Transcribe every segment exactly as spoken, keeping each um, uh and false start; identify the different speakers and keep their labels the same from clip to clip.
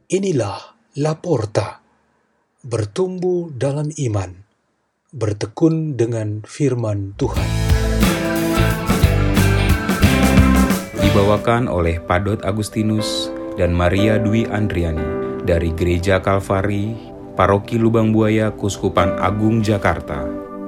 Speaker 1: Inilah Laporta, bertumbuh dalam iman, bertekun dengan firman Tuhan.
Speaker 2: Dibawakan oleh Padot Agustinus dan Maria Dwi Andriani dari Gereja Kalvari, Paroki Lubang Buaya, Keuskupan Agung Jakarta.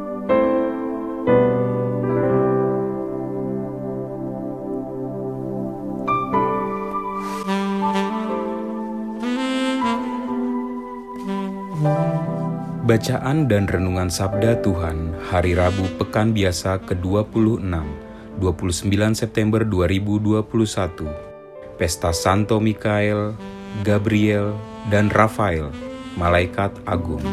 Speaker 2: Bacaan dan Renungan Sabda Tuhan Hari Rabu Pekan Biasa ke dua puluh enam, dua puluh sembilan September dua ribu dua puluh satu. Pesta Santo Mikael, Gabriel, dan Rafael, Malaikat Agung.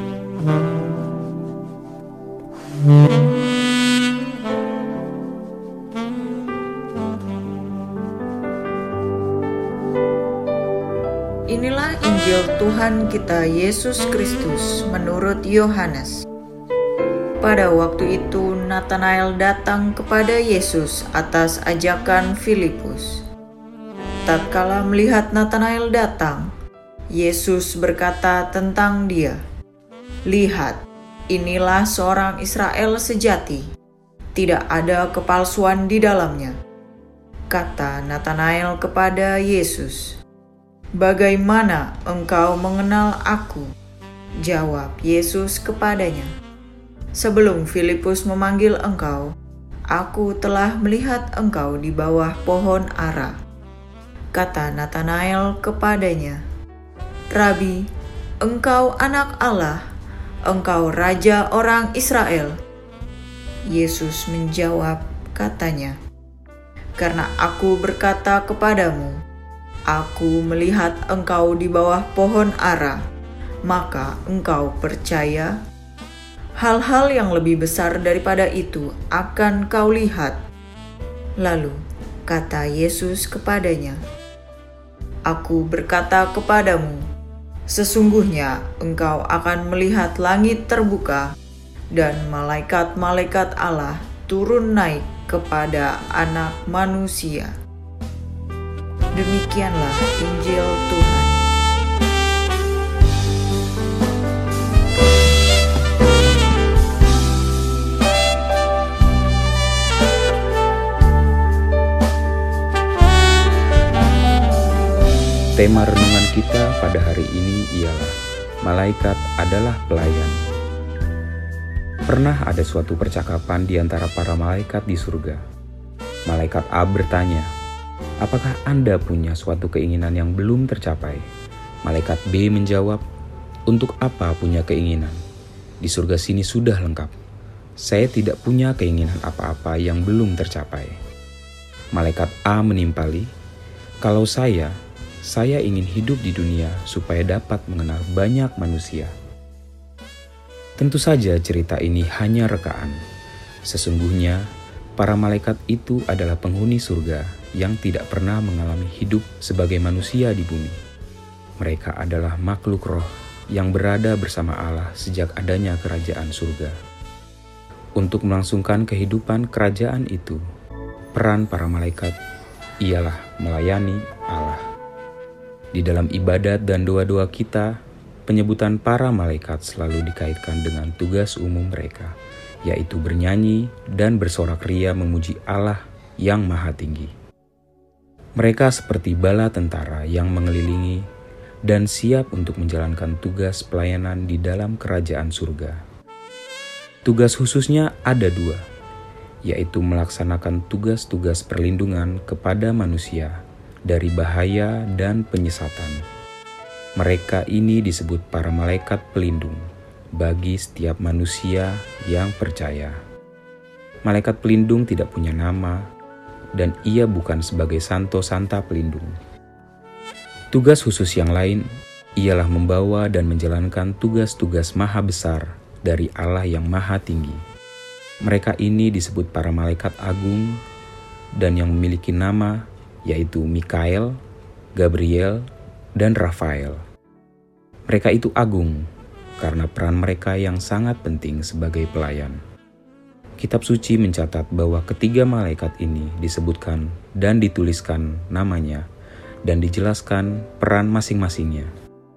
Speaker 3: Inilah Injil Tuhan kita Yesus Kristus menurut Yohanes. Pada waktu itu Natanael datang kepada Yesus atas ajakan Filipus. Tatkala melihat Natanael datang, Yesus berkata tentang dia, "Lihat, inilah seorang Israel sejati, tidak ada kepalsuan di dalamnya." Kata Natanael kepada Yesus, "Bagaimana engkau mengenal aku?" Jawab Yesus kepadanya, "Sebelum Filipus memanggil engkau, aku telah melihat engkau di bawah pohon ara." Kata Natanael kepadanya, "Rabi, engkau anak Allah, engkau Raja orang Israel." Yesus menjawab katanya, "Karena aku berkata kepadamu, aku melihat engkau di bawah pohon ara, maka engkau percaya? Hal-hal yang lebih besar daripada itu akan kau lihat." Lalu kata Yesus kepadanya, "Aku berkata kepadamu, sesungguhnya engkau akan melihat langit terbuka dan malaikat-malaikat Allah turun naik kepada Anak Manusia." Demikianlah Injil Tuhan.
Speaker 2: Tema renungan kita pada hari ini ialah Malaikat adalah pelayan. Pernah ada suatu percakapan di antara para malaikat di surga. Malaikat A bertanya, "Apakah Anda punya suatu keinginan yang belum tercapai?" Malaikat B menjawab, "Untuk apa punya keinginan? Di surga sini sudah lengkap. Saya tidak punya keinginan apa-apa yang belum tercapai." Malaikat A menimpali, "Kalau saya, saya ingin hidup di dunia supaya dapat mengenal banyak manusia." Tentu saja cerita ini hanya rekaan. Sesungguhnya, para malaikat itu adalah penghuni surga yang tidak pernah mengalami hidup sebagai manusia di bumi. Mereka adalah makhluk roh yang berada bersama Allah sejak adanya kerajaan surga. Untuk melangsungkan kehidupan kerajaan itu, peran para malaikat ialah melayani Allah. Di dalam ibadat dan doa-doa kita, penyebutan para malaikat selalu dikaitkan dengan tugas umum mereka, yaitu bernyanyi dan bersorak ria memuji Allah yang Maha Tinggi. Mereka seperti bala tentara yang mengelilingi dan siap untuk menjalankan tugas pelayanan di dalam kerajaan surga. Tugas khususnya ada dua, yaitu melaksanakan tugas-tugas perlindungan kepada manusia dari bahaya dan penyesatan. Mereka ini disebut para malaikat pelindung bagi setiap manusia yang percaya. Malaikat pelindung tidak punya nama, dan ia bukan sebagai santo santa pelindung. Tugas khusus yang lain ialah membawa dan menjalankan tugas-tugas maha besar dari Allah yang Maha Tinggi. Mereka ini disebut para malaikat agung dan yang memiliki nama yaitu Mikael, Gabriel, dan Rafael. Mereka itu agung karena peran mereka yang sangat penting sebagai pelayan. Kitab suci mencatat bahwa ketiga malaikat ini disebutkan dan dituliskan namanya dan dijelaskan peran masing-masingnya.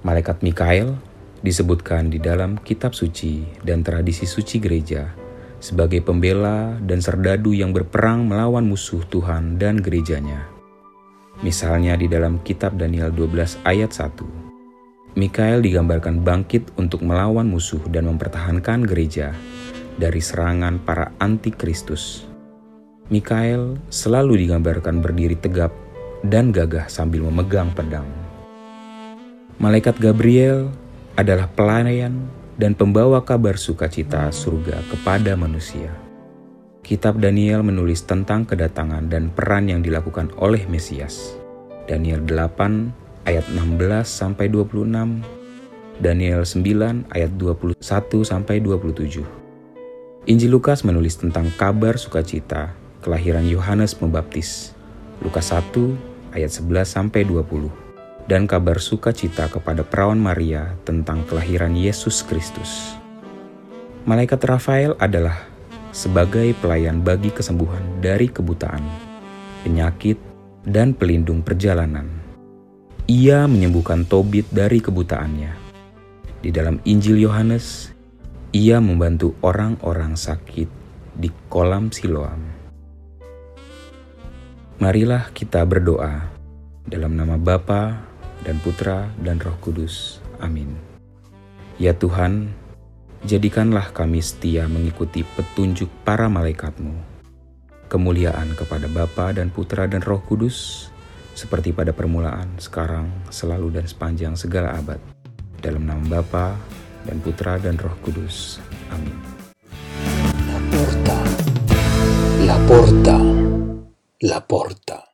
Speaker 2: Malaikat Mikael disebutkan di dalam kitab suci dan tradisi suci gereja sebagai pembela dan serdadu yang berperang melawan musuh Tuhan dan gerejanya. Misalnya di dalam kitab Daniel dua belas ayat satu. Mikael digambarkan bangkit untuk melawan musuh dan mempertahankan gereja dari serangan para antikristus. Mikael selalu digambarkan berdiri tegap dan gagah sambil memegang pedang. Malaikat Gabriel adalah pelayan dan pembawa kabar sukacita surga kepada manusia. Kitab Daniel menulis tentang kedatangan dan peran yang dilakukan oleh Mesias. Daniel delapan ayat enam belas sampai dua puluh enam, Daniel sembilan ayat dua puluh satu sampai dua puluh tujuh. Injil Lukas menulis tentang kabar sukacita kelahiran Yohanes Pembaptis. Lukas satu ayat sebelas sampai dua puluh. Dan kabar sukacita kepada perawan Maria tentang kelahiran Yesus Kristus. Malaikat Rafael adalah sebagai pelayan bagi kesembuhan dari kebutaan, penyakit, dan pelindung perjalanan. Ia menyembuhkan Tobit dari kebutaannya. Di dalam Injil Yohanes, ia membantu orang-orang sakit di kolam Siloam. Marilah kita berdoa dalam nama Bapa dan Putra dan Roh Kudus. Amin. Ya Tuhan, jadikanlah kami setia mengikuti petunjuk para malaikat-Mu. Kemuliaan kepada Bapa dan Putra dan Roh Kudus, seperti pada permulaan, sekarang, selalu dan sepanjang segala abad. Dalam nama Bapa dan Putra dan Roh Kudus. Amin.
Speaker 1: La porta, la porta, la porta.